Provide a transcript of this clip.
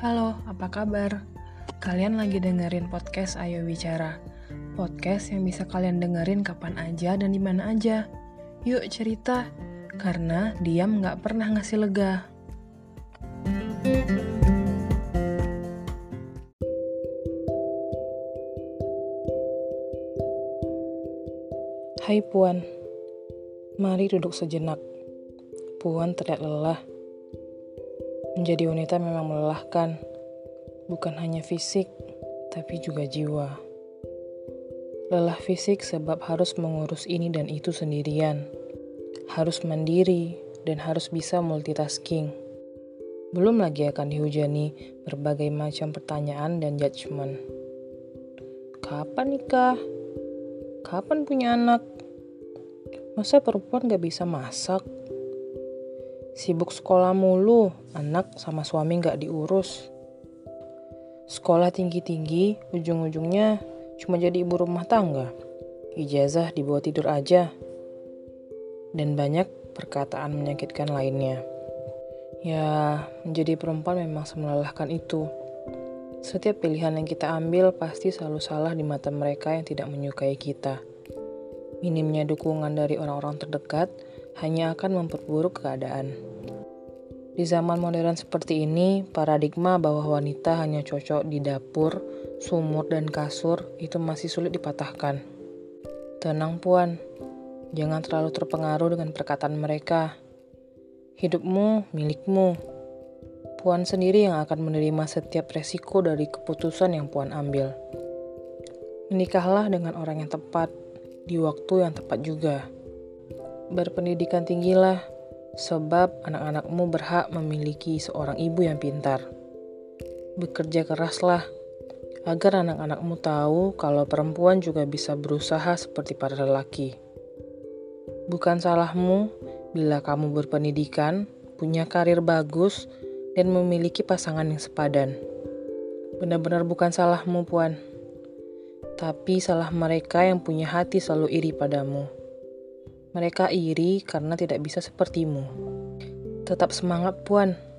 Halo, apa kabar? Kalian lagi dengerin podcast Ayo Bicara. Podcast yang bisa kalian dengerin kapan aja dan di mana aja. Yuk cerita, karena diam nggak pernah ngasih lega. Hai Puan, mari duduk sejenak. Puan terlihat lelah. Menjadi wanita memang melelahkan, bukan hanya fisik, tapi juga jiwa. Lelah fisik sebab harus mengurus ini dan itu sendirian, harus mandiri, dan harus bisa multitasking. Belum lagi akan dihujani berbagai macam pertanyaan dan judgement. Kapan nikah? Kapan punya anak? Masa perempuan gak bisa masak? Sibuk sekolah mulu, anak sama suami gak diurus. Sekolah tinggi-tinggi, ujung-ujungnya cuma jadi ibu rumah tangga. Ijazah dibawa tidur aja. Dan banyak perkataan menyakitkan lainnya. Ya, menjadi perempuan memang semelelahkan itu. Setiap pilihan yang kita ambil pasti selalu salah di mata mereka yang tidak menyukai kita. Minimnya dukungan dari orang-orang terdekat hanya akan memperburuk keadaan. Di zaman modern seperti ini, paradigma bahwa wanita hanya cocok di dapur, sumur, dan kasur itu masih sulit dipatahkan. Tenang Puan, jangan terlalu terpengaruh dengan perkataan mereka. Hidupmu milikmu. Puan sendiri yang akan menerima setiap resiko dari keputusan yang Puan ambil. Menikahlah dengan orang yang tepat, di waktu yang tepat juga. Berpendidikan tinggilah, sebab anak-anakmu berhak memiliki seorang ibu yang pintar. Bekerja keraslah, agar anak-anakmu tahu kalau perempuan juga bisa berusaha seperti para lelaki. Bukan salahmu bila kamu berpendidikan, punya karir bagus, dan memiliki pasangan yang sepadan. Benar-benar bukan salahmu, Puan. Tapi salah mereka yang punya hati selalu iri padamu. Mereka iri karena tidak bisa sepertimu. Tetap semangat, Puan.